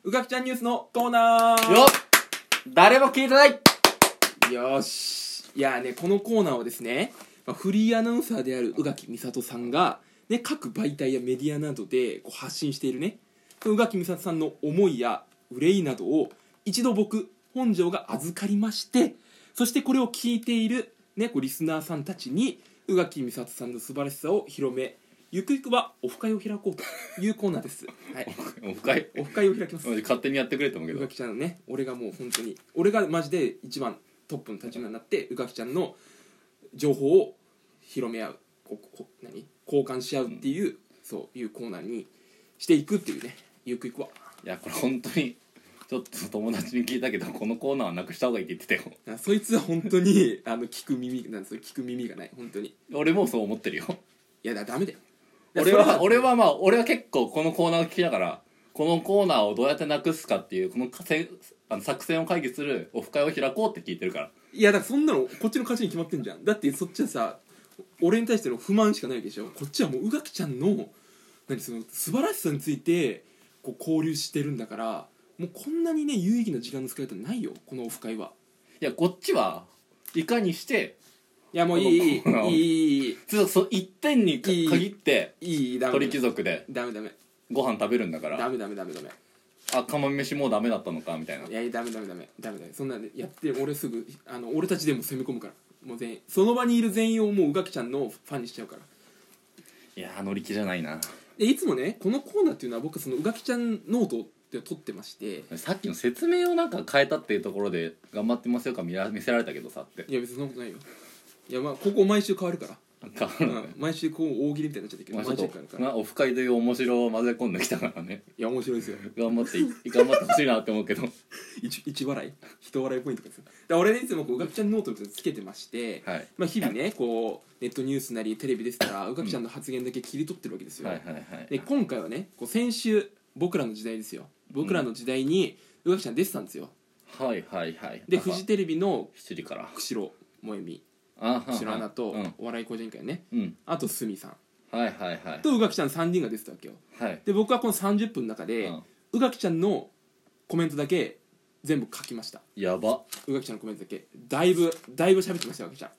うがきちゃんニュースのコーナー。 よっ、誰も聞いてない。 よし。いやね、このコーナーはですね、フリーアナウンサーである宇垣美里さんが、ね、各媒体やメディアなどでこう発信しているね、宇垣美里さんの思いや憂いなどを一度僕本庄が預かりまして、そしてこれを聞いている、ね、こうリスナーさんたちに宇垣美里さんの素晴らしさを広め、ゆくゆくはオフ会を開こうというコーナーです。はい、 オフ会オフ会を開きます。 勝手にやってくれと思うけど、 宇垣ちゃんのね、俺がもう本当に俺がマジで一番トップの立場になって宇垣ちゃんの情報を広め合う、交換し合うっていう、そういうコーナーにしていくっていうね、ゆくゆくは。 いやこれ本当にちょっと友達に聞いたけど、このコーナーはなくした方がいいって言ってたよ。 そいつは本当に聞く耳なんですよ。聞く耳がない、本当に。 俺もそう思ってるよ。 いやダメだよ。 俺は結構このコーナーを聞きながら、このコーナーをどうやってなくすかっていうこの作戦を会議するオフ会を開こうって聞いてるから。 いやだからそんなのこっちの勝ちに決まってんじゃん。だってそっちはさ、俺に対しての不満しかないわけでしょ。こっちはもう宇垣ちゃんのその素晴らしさについてこう交流してるんだから、もうこんなにね有意義な時間の使い方ないよ、このオフ会は。 いやこっちはいかにして、 いやもういいそう一点に限って鳥貴族でダメご飯食べるんだから。 ダメあ、釜飯もうダメだったのかみたいな。 いやダメそんなんでやって俺すぐ俺たちでも攻め込むから。もう全員その場にいる全員をもう宇垣ちゃんのファンにしちゃうから。 いや乗り気じゃないな。 でいつもねこのコーナーっていうのは僕その宇垣ちゃんノートって取ってまして、 さっきの説明をなんか変えたっていうところで頑張ってますよか見せられたけどさって。 いや別にそんなことないよ。いやまあここ毎週変わるから変わる、 毎週こう大喜利みたいになっちゃったけど、 まあ、ちょっとオフ会という面白を混ぜ込んできたからね。 いや面白いですよ。 頑張ってほしいなって思うけど一笑い一笑いポイントですよ。だ俺ねいつも宇垣ちゃんノートをつけてまして、 はい、 まあ、日々ねこうネットニュースなりテレビですから宇垣ちゃんの発言だけ切り取ってるわけですよ。で今回はねこう先週僕らの時代ですよ、僕らの時代に宇垣ちゃん出てたんですよ。でフジテレビの 7時から釧路萌実白アナとお笑い向上委員会ね、あと鷲見さんと宇垣ちゃん3人が出てたわけよ。で僕はこの30分の中で宇垣ちゃんのコメントだけ全部書きました。 やば。 宇垣ちゃんのコメントだけだいぶ喋ってましたよ、宇垣ちゃん。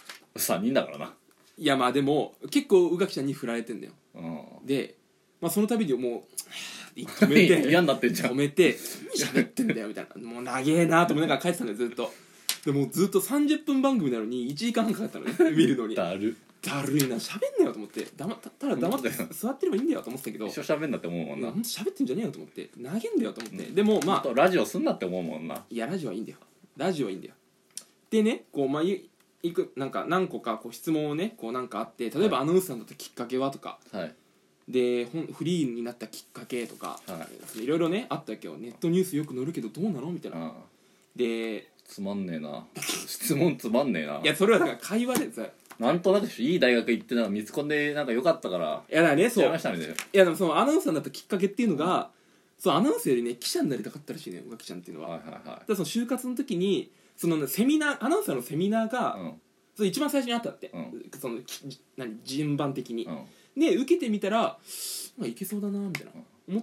3人だからな。 いやまあでも結構宇垣ちゃんに振られてんだよ。で、まあ、その度にもう止めて嫌になってんじゃん。 止めて何喋ってんだよみたいな、もう長えなと思いながら書いてたんだよずっと。でもずっと30分番組なのに1時間半かかったのね見るのに。だるいな、喋んなよと思って、ただ黙って座ってればいいんだよと思ってたけど、 一生喋んなって思うもんな。 ほんと喋ってんじゃねえよと思って、投げんだよと思って、でもまあラジオすんなって思うもんな。 いやラジオはいいんだよ、ラジオはいいんだよ。でねこうまあなんか何個かこう質問をねこうなんかあって、例えばアナウンサーになったきっかけはとか、でフリーになったきっかけとか、いろいろねあったわけよ。ネットニュースよく載るけどどうなのみたいな。でつまんねえな質問つまんねえな。 いやそれはだから会話でさ、 なんとなくいい大学行って見つ込んでなんか良かったから、 いやだからね、そういやでもそのアナウンサーになったきっかけっていうのが、そうアナウンサーよりね記者になりたかったらしいね、宇垣ちゃんっていうのは。だからその就活の時にそのセミナー、アナウンサーのセミナーが、それ一番最初にあったって、その順番的に、で受けてみたら、まあ、いけそうだなみたいな思って、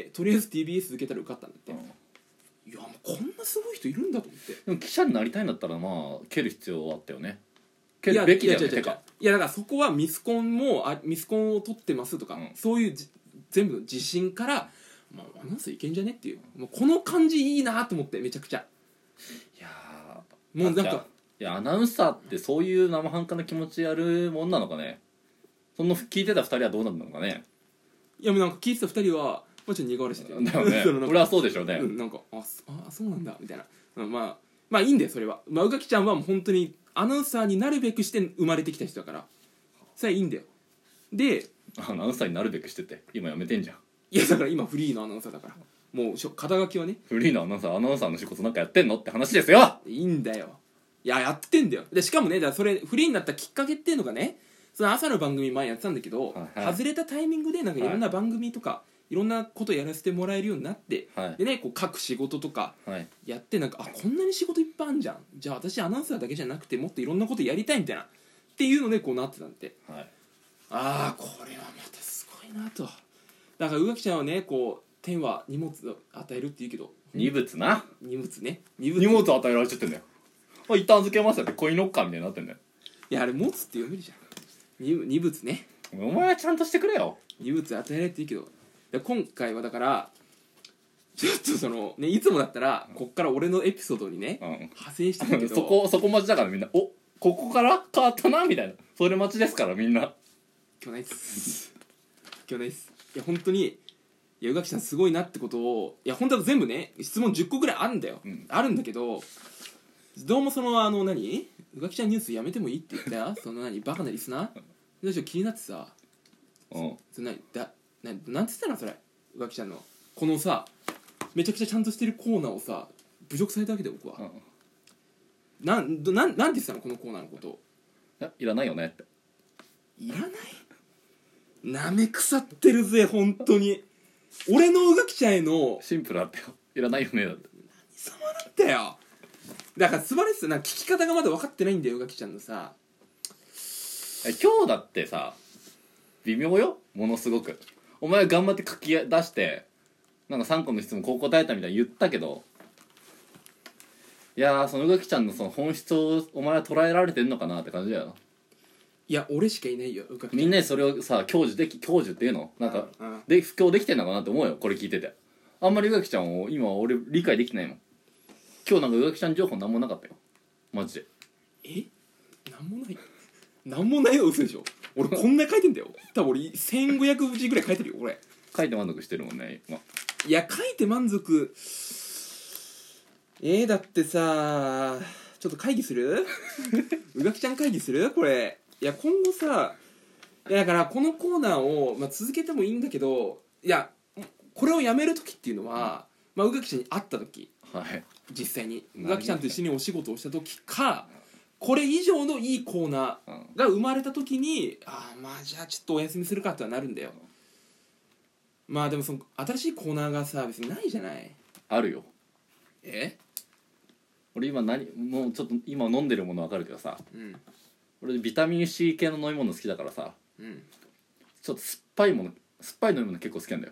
とりあえず TBS 受けたら受かったんだって。いやもうこんなすごい人いるんだと思って。 でも記者になりたいんだったらまあ蹴る必要はあったよね。蹴るべきだよね。 いやだからそこはミスコンを取ってますとか、そういう全部の自信から、まあ、アナウンサーいけんじゃねっていう、もうこの感じいいなと思って、めちゃくちゃ。 いやもうなんかアナウンサーってそういう生半可な気持ちやるもんなのかね。その聞いてた2人はどうなんだろうかね。 いやもうなんか聞いてた2人はちょっと苦笑いしてたよね。俺はそうでしょうね。 なんかそうなんだみたいな。まあいいんだよそれは。まあ宇垣ちゃんはもう本当にアナウンサーになるべくして生まれてきた人だから、それはいいんだよ。でアナウンサーになるべくしてて今やめてんじゃん。 いやだから今フリーのアナウンサーだから、もう肩書きはねフリーのアナウンサーの仕事なんかやってんのって話ですよ。 いいんだよ。いややってんだよ。でしかもね、だからそれフリーになったきっかけっていうのがね、その朝の番組前やってたんだけど、外れたタイミングでなんかいろんな番組とか、いろんなことやらせてもらえるようになって、でねこう書く仕事とかやって、なんかこんなに仕事いっぱいあるじゃん、じゃあ私アナウンサーだけじゃなくてもっといろんなことやりたいみたいなっていうのでこうなってたんで、これはまたすごいなと。だから宇垣ちゃんはねこう天は荷物を与えるって言うけど、 荷物な。 荷物ね、 荷物与えられちゃってんだよ。あ、一旦預けますよってコインロッカーみたいになってんだよ。 いやあれ持つって読めるじゃん。荷物ね、 お前はちゃんとしてくれよ。 荷物与えられるって言うけど、今回はだからちょっとそのね、いつもだったらこっから俺のエピソードにね、派生してるけどそこ待ちだからみんな、お、ここから変わったなみたいな、それ待ちですからみんな。 今日ないっす今日ないっす。いや本当に、いや宇垣さんすごいなってことを、いや本当は全部ね質問10個ぐらいあるんだよ、あるんだけど、どうもその何宇垣ちゃんニュースやめてもいいって言ったよそのバカなリスナーどうしよう気になってさ、そのなんて言ったのそれ、宇垣ちゃんのこのさめちゃくちゃちゃんとしてるコーナーをさ侮辱されたわけだよ僕は、なんて言ってたのこのコーナーのことを。 いらないよねって。 いらない、なめ腐ってるぜ本当に。俺の宇垣ちゃんへのシンプルだったよ。いらないよねだって。 何様なんだよ。だから素晴らしさ、なんか聞き方がまだ分かってないんだよ宇垣ちゃんのさ。 今日だってさ微妙よ、ものすごく。お前頑張って書き出してなんか3個の質問こう答えたみたいに言ったけど、いやーその宇垣ちゃんのその本質をお前は捉えられてんのかなって感じだよ。 いや俺しかいないよ宇垣ちゃん。 みんなにそれをさ享受っていうのなんか、で布教できてんのかなって思うよこれ聞いてて。あんまり宇垣ちゃんを今俺理解できてないもん。今日なんか宇垣ちゃん情報なんもなかったよマジで。 なんもないよ嘘でしょ。俺こんな書いてんだよ多分俺1500字ぐらい書いてるよ俺。 書いて満足してるもんね今。 いや書いて満足。だってさちょっと会議する宇垣ちゃん会議するこれ。いや今後さ、いやだからこのコーナーを、続けてもいいんだけど、いやこれをやめる時っていうのは、宇垣ちゃんに会った時、 はい、 実際に宇垣ちゃんと一緒にお仕事をした時か、これ以上のいいコーナーが生まれた時に、じゃあちょっとお休みするかってはなるんだよ。でもその新しいコーナーがさ別にないじゃない。 あるよ。俺今もうちょっと今飲んでるもの分かるけどさ、俺ビタミン C 系の飲み物好きだからさ、ちょっと酸っぱい飲み物結構好きなんだよ。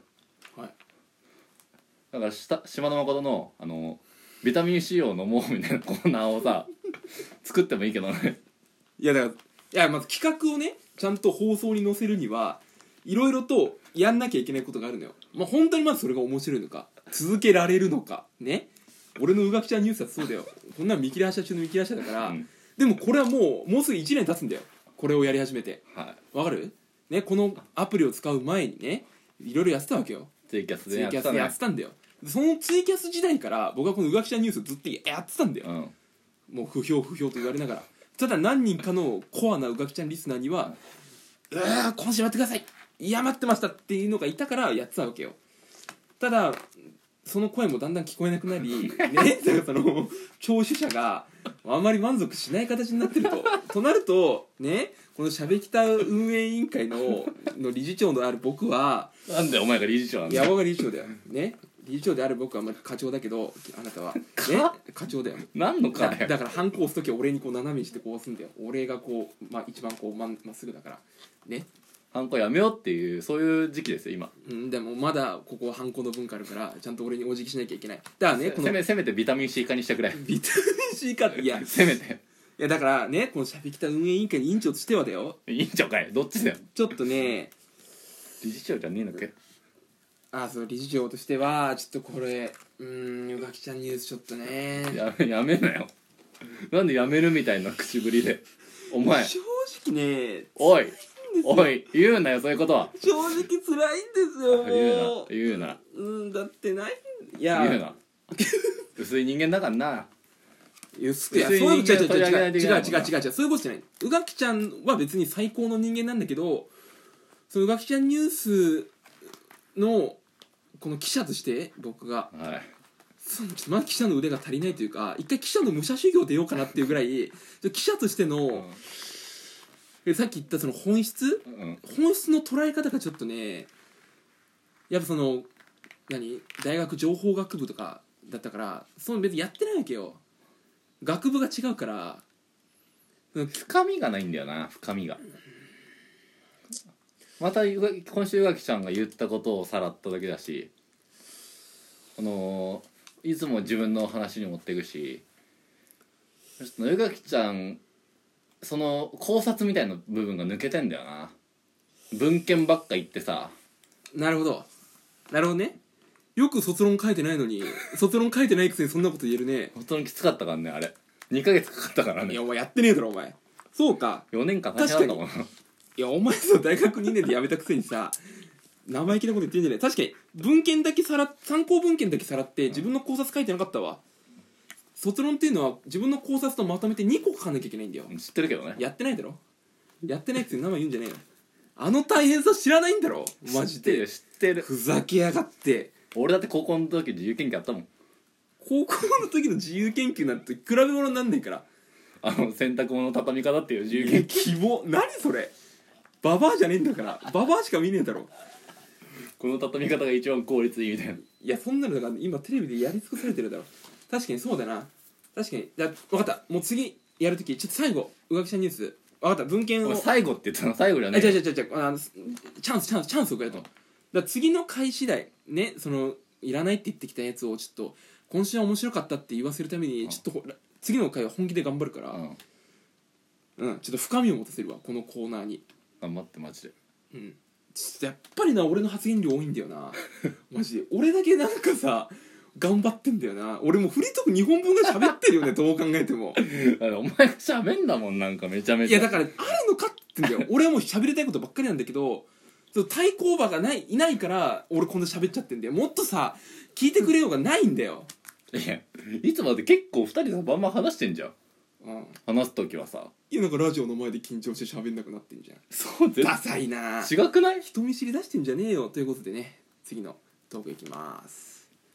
だから島田誠のビタミン C を飲もうみたいなコーナーをさ作ってもいいけどね。 いやだからまず企画をねちゃんと放送に載せるにはいろいろとやんなきゃいけないことがあるのよ。本当にまずそれが面白いのか続けられるのかね。俺の宇垣ちゃんニュースだってそうだよ。こんなん見切り発車中の見切り発車だから、でもこれはもうすぐ1年経つんだよこれをやり始めて。わかるね。このアプリを使う前にねいろいろやってたわけよ。 ツイキャスでやってたんだよ。そのツイキャス時代から僕はこの宇垣ちゃんニュースをずっとやってたんだよ、もう不評と言われながら。ただ何人かのコアな宇垣ちゃんリスナーには今週待ってください、いや待ってましたっていうのがいたからやってたわけよ。ただその声もだんだん聞こえなくなり、だからその聴取者があんまり満足しない形になってるとなるとね、このしゃべきた運営委員会の理事長である僕は、 なんでお前が理事長なんだよ。 いや僕が理事長だよね。理事長である僕は課長だけど、あなたはね課長だよ。 何の課だよ。 だからハンコ押す時は俺にこう斜めにしてこう押すんだよ。俺がこう、一番こうまっすぐだからね。 ハンコやめようっていうそういう時期ですよ今。 でもまだここはハンコの文化あるからちゃんと俺にお辞儀しなきゃいけない。だからねせめてビタミン C 化にしてくれ。 ビタミン C 化っていやせめて。 いやだからねこのしゃべきた運営委員会の委員長としてはだよ。 委員長かいどっちだよ。 ちょっとね理事長じゃねえのか。 そう理事長としてはちょっとこれ宇垣ちゃんニュースちょっとねやめなよ。なんでやめるみたいな口ぶりでお前正直ねおい言うなよそういうことは。 正直辛いんですよ。 言うなだってないいや言うな薄い人間だからな。 いやそういうこと違うそういうことじゃない。宇垣ちゃんは別に最高の人間なんだけど、その宇垣ちゃんニュースのこの記者として僕が、ちょっとまだ記者の腕が足りないというか一回記者の武者修行出ようかなっていうぐらい記者としての、さっき言ったその本質の捉え方がちょっとね、やっぱその大学情報学部とかだったからその別にやってないわけよ。学部が違うから深みがないんだよな。深みがまた今週宇垣ちゃんが言ったことをさらっただけだし、 いつも自分の話に持っていくし、ちょっと宇垣ちゃんその考察みたいな部分が抜けてんだよな。文献ばっか言ってさ。 なるほどね。よく卒論書いてないのに卒論書いてないくせにそんなこと言えるね。 本当にきつかったからね、あれ2ヶ月かかったからね。 いやお前やってねえだろお前。そうか、 4年間大変だったもん。 いやお前さ大学2年で辞めたくせにさ生意気なこと言ってんじゃない。確かに文献だけ参考文献だけさらって自分の考察書いてなかったわ。卒論っていうのは自分の考察とまとめて2個書かなきゃいけないんだよ。 知ってるけどね。 やってないだろ。やってないくせに名前言うんじゃねえよ。あの大変さ知らないんだろマジで。 知ってる。 ふざけやがって。 俺だって高校の時自由研究あったもん。 高校の時の自由研究なんて比べ物になんないから。 洗濯物の畳み方っていう自由研究。 キモ。何それ。ババアじゃねえんだから。ババアしか見ねえだろ。 この畳み方が一番効率いいみたいな。 いやそんなのだから今テレビでやり尽くされてるだろ。確かにそうだな。確かに。じゃ分かった。もう次やるときちょっと最後宇垣ちゃんニュース分かった。文献を最後って言ったの最後じゃねえ。 じゃあチャンスをくれと。だから次の回次第ね、そのいらないって言ってきたやつをちょっと今週は面白かったって言わせるためにちょっと次の回は本気で頑張るから、ちょっと深みを持たせるわこのコーナーに。 頑張ってマジで。 ちょっとやっぱりな俺の発言量多いんだよなマジで。俺だけなんかさ頑張ってんだよな。俺もうフリートーク2本分が喋ってるよねどう考えても。 お前が喋んだもんなんかめちゃめちゃ。 いやだからあるのかってんだよ俺はもう喋りたいことばっかりなんだけど対抗馬がいないから俺こんな喋っちゃってんだよ。もっとさ聞いてくれようがないんだよ。 いやいつまで結構2人でバンバン話してんじゃん。話す時はさ。 いやなんかラジオの前で緊張して喋んなくなってんじゃん。 そうダサいな。 違くない？ 人見知り出してんじゃねえよ。ということでね次のトークいきます。